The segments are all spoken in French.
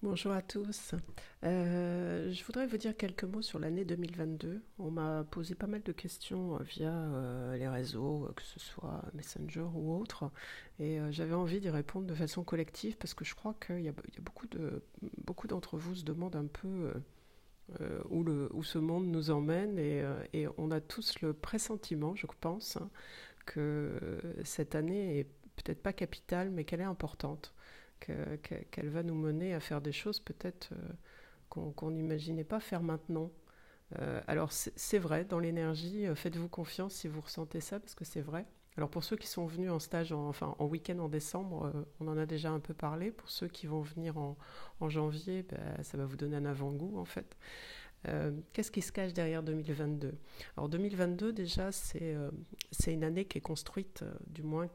Bonjour à tous. Je voudrais vous dire quelques mots sur l'année 2022. On m'a posé pas mal de questions via les réseaux, que ce soit Messenger ou autre, et j'avais envie d'y répondre de façon collective parce que je crois qu'il y a beaucoup d'entre vous se demandent un peu où ce monde nous emmène et on a tous le pressentiment, je pense, hein, que cette année est peut-être pas capitale, mais qu'elle est importante, qu'elle va nous mener à faire des choses peut-être qu'on n'imaginait pas faire maintenant. Alors c'est vrai, dans l'énergie, faites-vous confiance si vous ressentez ça, parce que c'est vrai. Alors pour ceux qui sont venus en stage, en week-end en décembre, on en a déjà un peu parlé. Pour ceux qui vont venir en janvier, ben, ça va vous donner un avant-goût en fait. Qu'est-ce qui se cache derrière 2022? Alors 2022 déjà c'est une année qui est construite, du moins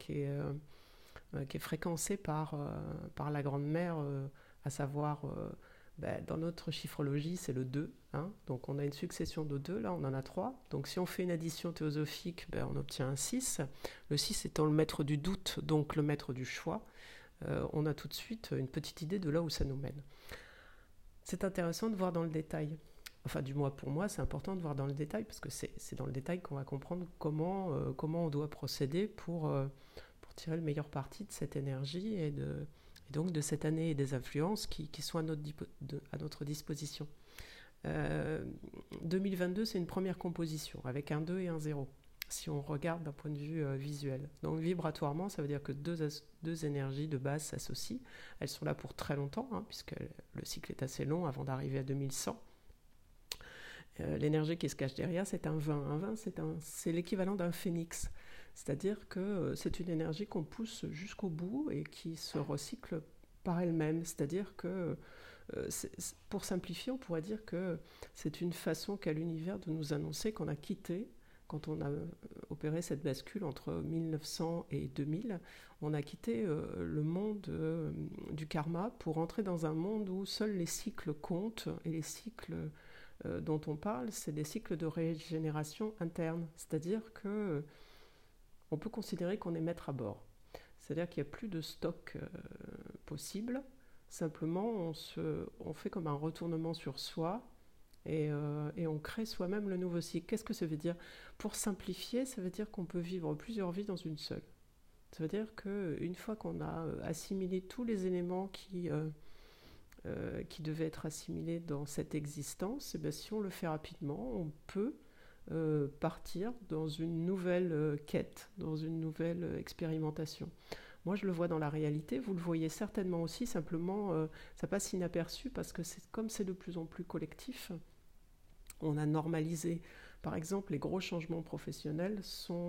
qui est fréquencée par la grande mère, à savoir ben, dans notre chiffrologie c'est le 2, hein, donc on a une succession de 2, là on en a 3, donc si on fait une addition théosophique, ben, on obtient un 6. Le 6 étant le maître du doute, donc le maître du choix. On a tout de suite une petite idée de là où ça nous mène. C'est intéressant de voir dans le détail. Enfin, du moins pour moi, c'est important de voir dans le détail parce que c'est dans le détail qu'on va comprendre comment on doit procéder pour tirer le meilleur parti de cette énergie et donc de cette année et des influences qui sont à notre disposition. Euh, 2022, c'est une première composition avec un 2 et un 0 si on regarde d'un point de vue visuel. Donc vibratoirement, ça veut dire que deux énergies de base s'associent. Elles sont là pour très longtemps, hein, puisque le cycle est assez long avant d'arriver à 2100. L'énergie qui se cache derrière, c'est un 20. Un 20, c'est l'équivalent d'un phénix. C'est-à-dire que c'est une énergie qu'on pousse jusqu'au bout et qui se recycle par elle-même. C'est-à-dire que, pour simplifier, on pourrait dire que c'est une façon qu'a l'univers de nous annoncer qu'on a quitté, quand on a opéré cette bascule entre 1900 et 2000, on a quitté le monde du karma pour entrer dans un monde où seuls les cycles comptent, et les cycles dont on parle, c'est des cycles de régénération interne. C'est-à-dire que on peut considérer qu'on est maître à bord. C'est-à-dire qu'il n'y a plus de stock possible. Simplement, on fait comme un retournement sur soi et on crée soi-même le nouveau cycle. Qu'est-ce que ça veut dire? Pour simplifier, ça veut dire qu'on peut vivre plusieurs vies dans une seule. Ça veut dire qu'une fois qu'on a assimilé tous les éléments qui devaient être assimilés dans cette existence, et bien, si on le fait rapidement, on peut partir dans une nouvelle quête, dans une nouvelle expérimentation. Moi, je le vois dans la réalité, vous le voyez certainement aussi, simplement, ça passe inaperçu parce que comme c'est de plus en plus collectif, on a normalisé. Par exemple, les gros changements professionnels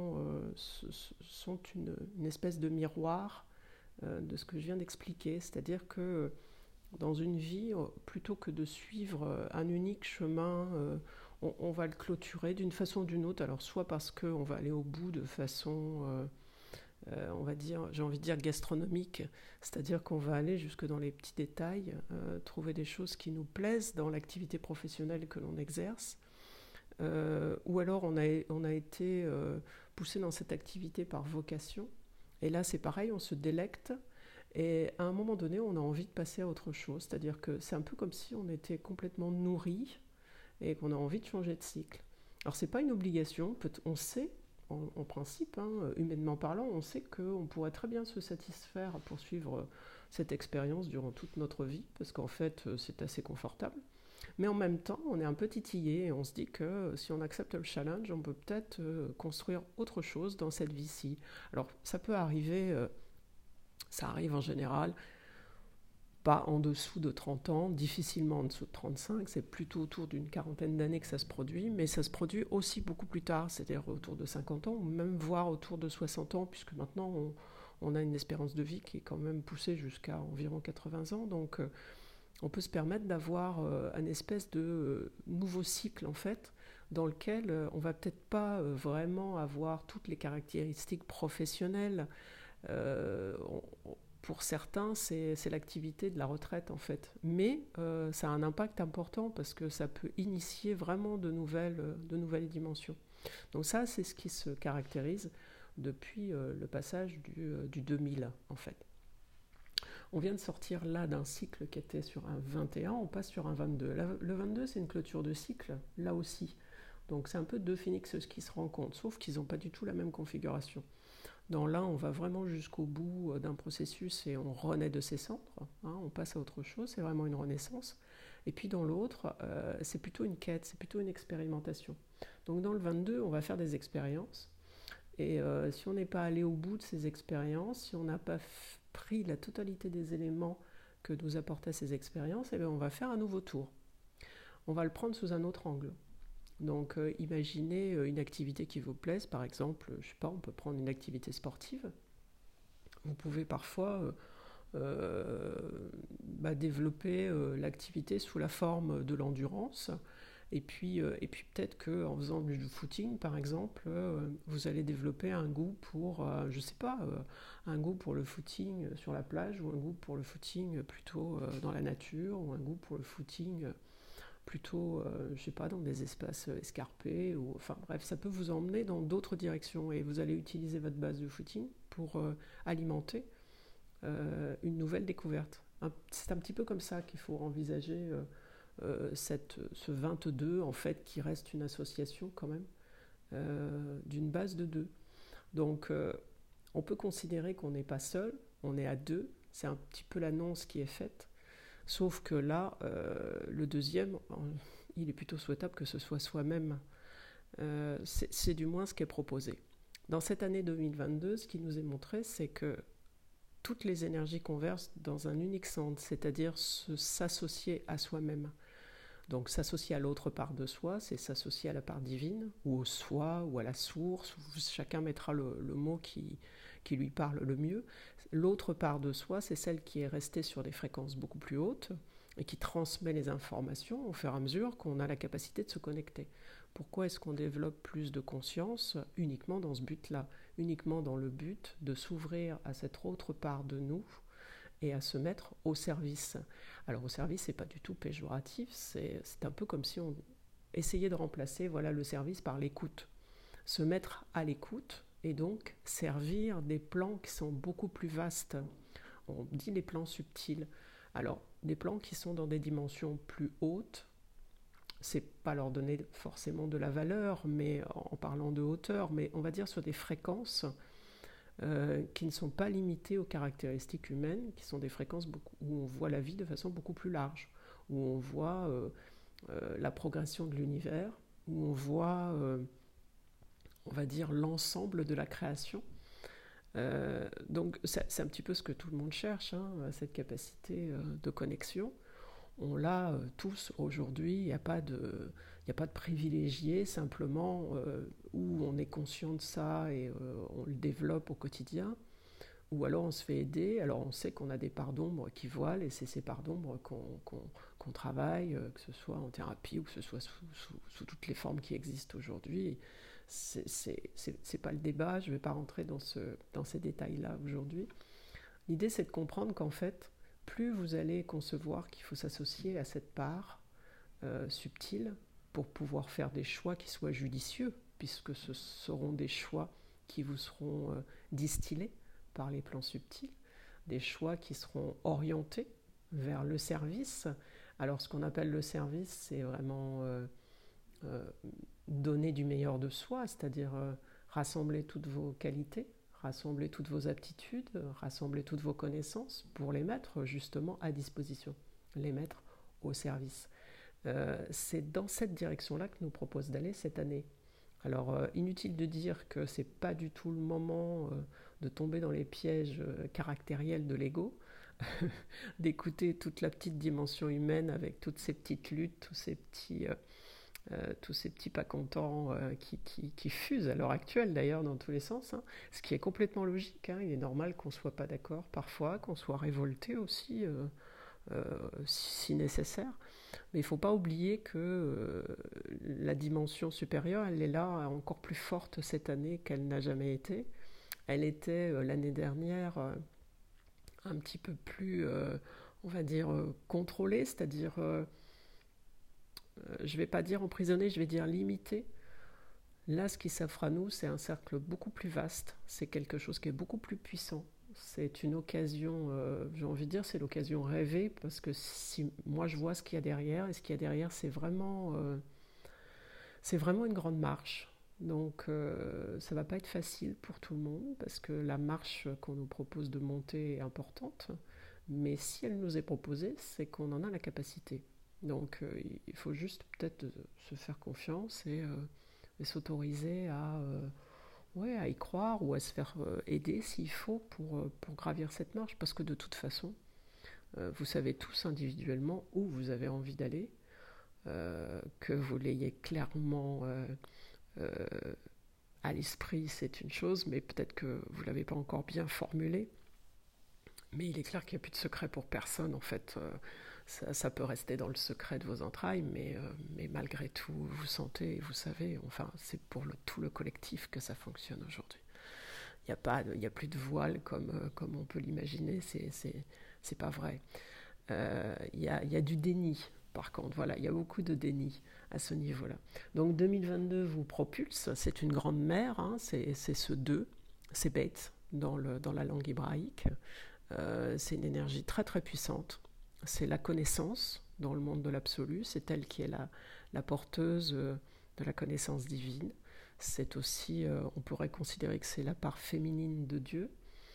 sont une espèce de miroir de ce que je viens d'expliquer, c'est-à-dire que dans une vie, plutôt que de suivre un unique chemin, on va le clôturer d'une façon ou d'une autre. Alors soit parce qu'on va aller au bout de façon, on va dire, j'ai envie de dire gastronomique, c'est-à-dire qu'on va aller jusque dans les petits détails, trouver des choses qui nous plaisent dans l'activité professionnelle que l'on exerce, ou alors on a été poussé dans cette activité par vocation. Et là, c'est pareil, on se délecte. Et à un moment donné, on a envie de passer à autre chose. C'est-à-dire que c'est un peu comme si on était complètement nourri et qu'on a envie de changer de cycle. Alors, ce n'est pas une obligation. On sait, en principe, hein, humainement parlant, on sait qu'on pourrait très bien se satisfaire à poursuivre cette expérience durant toute notre vie, parce qu'en fait, c'est assez confortable. Mais en même temps, on est un peu titillé et on se dit que si on accepte le challenge, on peut peut-être construire autre chose dans cette vie-ci. Alors, ça peut arriver, ça arrive en général, pas en dessous de 30 ans, difficilement en dessous de 35, c'est plutôt autour d'une quarantaine d'années que ça se produit, mais ça se produit aussi beaucoup plus tard, c'est-à-dire autour de 50 ans, ou même voire autour de 60 ans, puisque maintenant on a une espérance de vie qui est quand même poussée jusqu'à environ 80 ans, donc on peut se permettre d'avoir un espèce de nouveau cycle en fait, dans lequel on va peut-être pas vraiment avoir toutes les caractéristiques professionnelles. Euh, pour certains, c'est l'activité de la retraite en fait. Mais ça a un impact important parce que ça peut initier vraiment de nouvelles dimensions. Donc ça, c'est ce qui se caractérise depuis le passage du 2000 en fait. On vient de sortir là d'un cycle qui était sur un 21, on passe sur un 22. Le 22, c'est une clôture de cycle, là aussi. Donc c'est un peu deux phénix qui se rencontrent, sauf qu'ils n'ont pas du tout la même configuration. Dans l'un, on va vraiment jusqu'au bout d'un processus et on renaît de ses cendres, hein, on passe à autre chose, c'est vraiment une renaissance. Et puis dans l'autre, c'est plutôt une quête, c'est plutôt une expérimentation. Donc dans le 22, on va faire des expériences. Et si on n'est pas allé au bout de ces expériences, si on n'a pas pris la totalité des éléments que nous apportaient ces expériences, eh bien on va faire un nouveau tour. On va le prendre sous un autre angle. Donc imaginez une activité qui vous plaise, par exemple, je sais pas, on peut prendre une activité sportive. Vous pouvez parfois développer l'activité sous la forme de l'endurance. Et puis peut-être qu'en faisant du footing, par exemple, vous allez développer un goût pour, je ne sais pas, un goût pour le footing sur la plage, ou un goût pour le footing plutôt dans la nature, ou un goût pour le footing plutôt, je ne sais pas, dans des espaces escarpés. Ou, enfin bref, ça peut vous emmener dans d'autres directions. Et vous allez utiliser votre base de footing pour alimenter une nouvelle découverte. C'est un petit peu comme ça qu'il faut envisager ce 22, en fait, qui reste une association quand même d'une base de 2. Donc on peut considérer qu'on n'est pas seul, on est à 2, c'est un petit peu l'annonce qui est faite, sauf que là, le deuxième, il est plutôt souhaitable que ce soit soi-même. C'est du moins ce qui est proposé. Dans cette année 2022, ce qui nous est montré, c'est que toutes les énergies convergent dans un unique centre, c'est-à-dire s'associer à soi-même. Donc s'associer à l'autre part de soi, c'est s'associer à la part divine, ou au soi, ou à la source, chacun mettra le mot qui lui parle le mieux. L'autre part de soi, c'est celle qui est restée sur des fréquences beaucoup plus hautes, et qui transmet les informations au fur et à mesure qu'on a la capacité de se connecter. Pourquoi est-ce qu'on développe plus de conscience uniquement dans ce but-là, uniquement dans le but de s'ouvrir à cette autre part de nous, et à se mettre au service. Alors au service, c'est pas du tout péjoratif, c'est un peu comme si on essayait de remplacer le service par l'écoute. Se mettre à l'écoute et donc servir des plans qui sont beaucoup plus vastes. On dit les plans subtils. Alors des plans qui sont dans des dimensions plus hautes, c'est pas leur donner forcément de la valeur, mais en parlant de hauteur, mais on va dire sur des fréquences qui ne sont pas limitées aux caractéristiques humaines, qui sont des fréquences où on voit la vie de façon beaucoup plus large, où on voit la progression de l'univers, où on voit, on va dire, l'ensemble de la création. Donc c'est un petit peu ce que tout le monde cherche, hein, cette capacité de connexion. On l'a tous aujourd'hui, il n'y a pas de privilégié, simplement où on est conscient de ça et on le développe au quotidien, ou alors on se fait aider, alors on sait qu'on a des parts d'ombre qui voilent, et c'est ces parts d'ombre qu'on travaille, que ce soit en thérapie ou que ce soit sous toutes les formes qui existent aujourd'hui. C'est pas le débat, je ne vais pas rentrer dans ces détails-là aujourd'hui. L'idée, c'est de comprendre qu'en fait, plus vous allez concevoir qu'il faut s'associer à cette part subtile pour pouvoir faire des choix qui soient judicieux, puisque ce seront des choix qui vous seront distillés par les plans subtils, des choix qui seront orientés vers le service. Alors ce qu'on appelle le service, c'est vraiment donner du meilleur de soi, c'est-à-dire rassembler toutes vos qualités, rassembler toutes vos aptitudes, rassembler toutes vos connaissances pour les mettre justement à disposition, les mettre au service. C'est dans cette direction-là que nous propose d'aller cette année. Alors, inutile de dire que ce n'est pas du tout le moment de tomber dans les pièges caractériels de l'ego, d'écouter toute la petite dimension humaine avec toutes ces petites luttes, tous ces petits pas contents qui fusent à l'heure actuelle d'ailleurs dans tous les sens, hein, ce qui est complètement logique, hein. Il est normal qu'on ne soit pas d'accord parfois, qu'on soit révolté aussi si nécessaire, mais il ne faut pas oublier que la dimension supérieure, elle est là encore plus forte cette année qu'elle n'a jamais été. Elle était l'année dernière un petit peu plus, on va dire, contrôlée, c'est-à-dire je ne vais pas dire emprisonné, je vais dire limité. Là, ce qui s'offre à nous, c'est un cercle beaucoup plus vaste, c'est quelque chose qui est beaucoup plus puissant, c'est une occasion, j'ai envie de dire, c'est l'occasion rêvée, parce que si moi je vois ce qu'il y a derrière, et ce qu'il y a derrière, c'est vraiment une grande marche. Donc ça va pas être facile pour tout le monde, parce que la marche qu'on nous propose de monter est importante, mais si elle nous est proposée, c'est qu'on en a la capacité. Donc il faut juste peut-être se faire confiance et s'autoriser ouais, à y croire ou à se faire aider s'il faut pour gravir cette marche. Parce que de toute façon, vous savez tous individuellement où vous avez envie d'aller, que vous l'ayez clairement euh, à l'esprit, c'est une chose, mais peut-être que vous ne l'avez pas encore bien formulé. Mais il est clair qu'il n'y a plus de secret pour personne, en fait. Ça peut rester dans le secret de vos entrailles, mais malgré tout, vous sentez, vous savez, enfin, c'est pour tout le collectif que ça fonctionne aujourd'hui. Il y a plus de voile comme on peut l'imaginer, c'est pas vrai. Il y a du déni, par contre, voilà, il y a beaucoup de déni à ce niveau-là. Donc 2022 vous propulse, c'est une grande mer, hein, c'est ce 2, c'est bête dans la langue hébraïque. C'est une énergie très très puissante. C'est la connaissance dans le monde de l'absolu, c'est elle qui est la porteuse de la connaissance divine. C'est aussi, on pourrait considérer que c'est la part féminine de Dieu.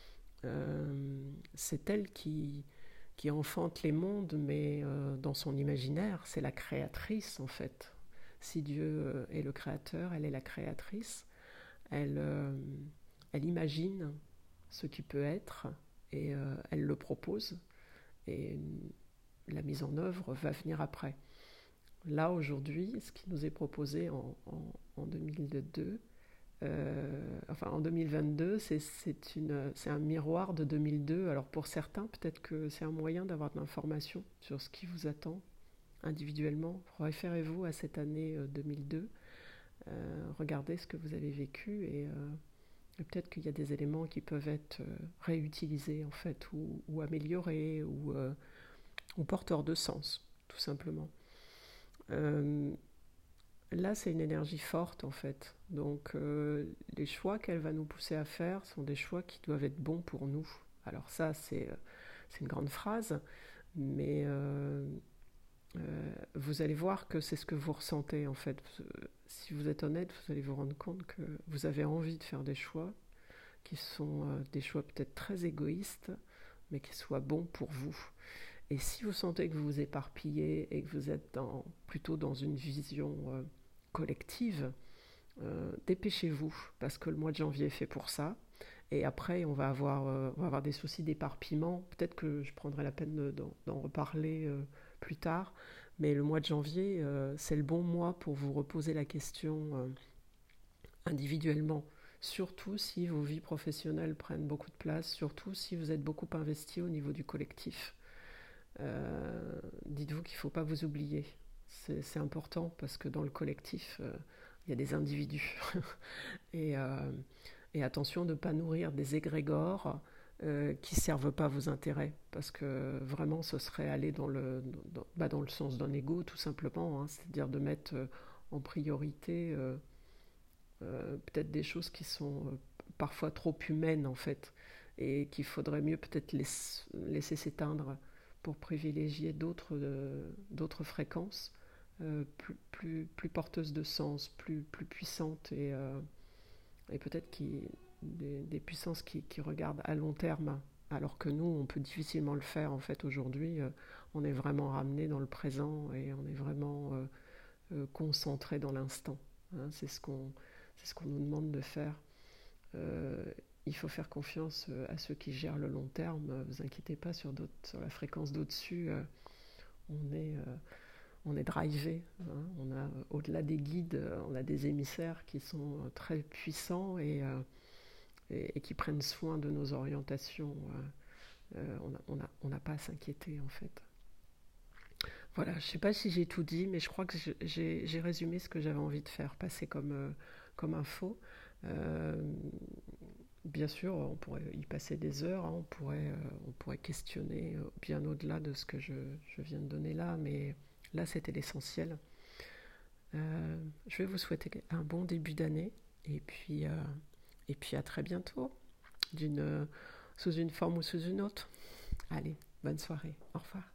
C'est elle qui enfante les mondes, mais dans son imaginaire, c'est la créatrice en fait. Si Dieu est le créateur, elle est la créatrice. Elle, elle imagine ce qui peut être et elle le propose. Et la mise en œuvre va venir après. Là, aujourd'hui, ce qui nous est proposé en 2002, enfin en 2022, c'est un miroir de 2002. Alors pour certains, peut-être que c'est un moyen d'avoir de l'information sur ce qui vous attend individuellement. Référez-vous à cette année 2002, regardez ce que vous avez vécu et peut-être qu'il y a des éléments qui peuvent être réutilisés en fait ou améliorés ou porteurs de sens, tout simplement. Euh, Là, c'est une énergie forte en fait. Donc, les choix qu'elle va nous pousser à faire sont des choix qui doivent être bons pour nous. Alors ça, c'est une grande phrase, mais vous allez voir que c'est ce que vous ressentez en fait. Si vous êtes honnête, vous allez vous rendre compte que vous avez envie de faire des choix qui sont des choix peut-être très égoïstes, mais qui soient bons pour vous. Et si vous sentez que vous vous éparpillez et que vous êtes plutôt dans une vision collective, dépêchez-vous, parce que le mois de janvier est fait pour ça. Et après, on va avoir des soucis d'éparpillement. Peut-être que je prendrai la peine d'en reparler plus tard. Mais le mois de janvier, c'est le bon mois pour vous reposer la question individuellement. Surtout si vos vies professionnelles prennent beaucoup de place, surtout si vous êtes beaucoup investi au niveau du collectif. Dites-vous qu'il ne faut pas vous oublier. C'est important parce que dans le collectif, il y a des individus. et, euh, et attention de ne pas nourrir des égrégores qui ne servent pas vos intérêts. Parce que vraiment, ce serait aller dans le sens d'un ego, tout simplement. Hein, c'est-à-dire de mettre en priorité peut-être des choses qui sont parfois trop humaines, en fait. Et qu'il faudrait mieux peut-être laisser s'éteindre pour privilégier d'autres fréquences plus porteuses de sens, plus puissantes et peut-être des puissances qui regardent à long terme, alors que nous, on peut difficilement le faire en fait aujourd'hui. On est vraiment ramené dans le présent et on est vraiment concentré dans l'instant. Hein, c'est ce qu'on nous demande de faire. Euh, il faut faire confiance à ceux qui gèrent le long terme. Ne vous inquiétez pas sur la fréquence d'au-dessus. On est, on est drivé. Hein. Au-delà des guides, on a des émissaires qui sont très puissants et qui prennent soin de nos orientations. On n'a pas à s'inquiéter en fait. Voilà, je ne sais pas si j'ai tout dit, mais je crois que j'ai résumé ce que j'avais envie de faire passer comme info. Euh, Bien sûr, on pourrait y passer des heures, hein, on pourrait questionner bien au-delà de ce que je viens de donner là, mais là c'était l'essentiel. Je vais vous souhaiter un bon début d'année et puis à très bientôt. sous une forme ou sous une autre. Allez, bonne soirée, au revoir.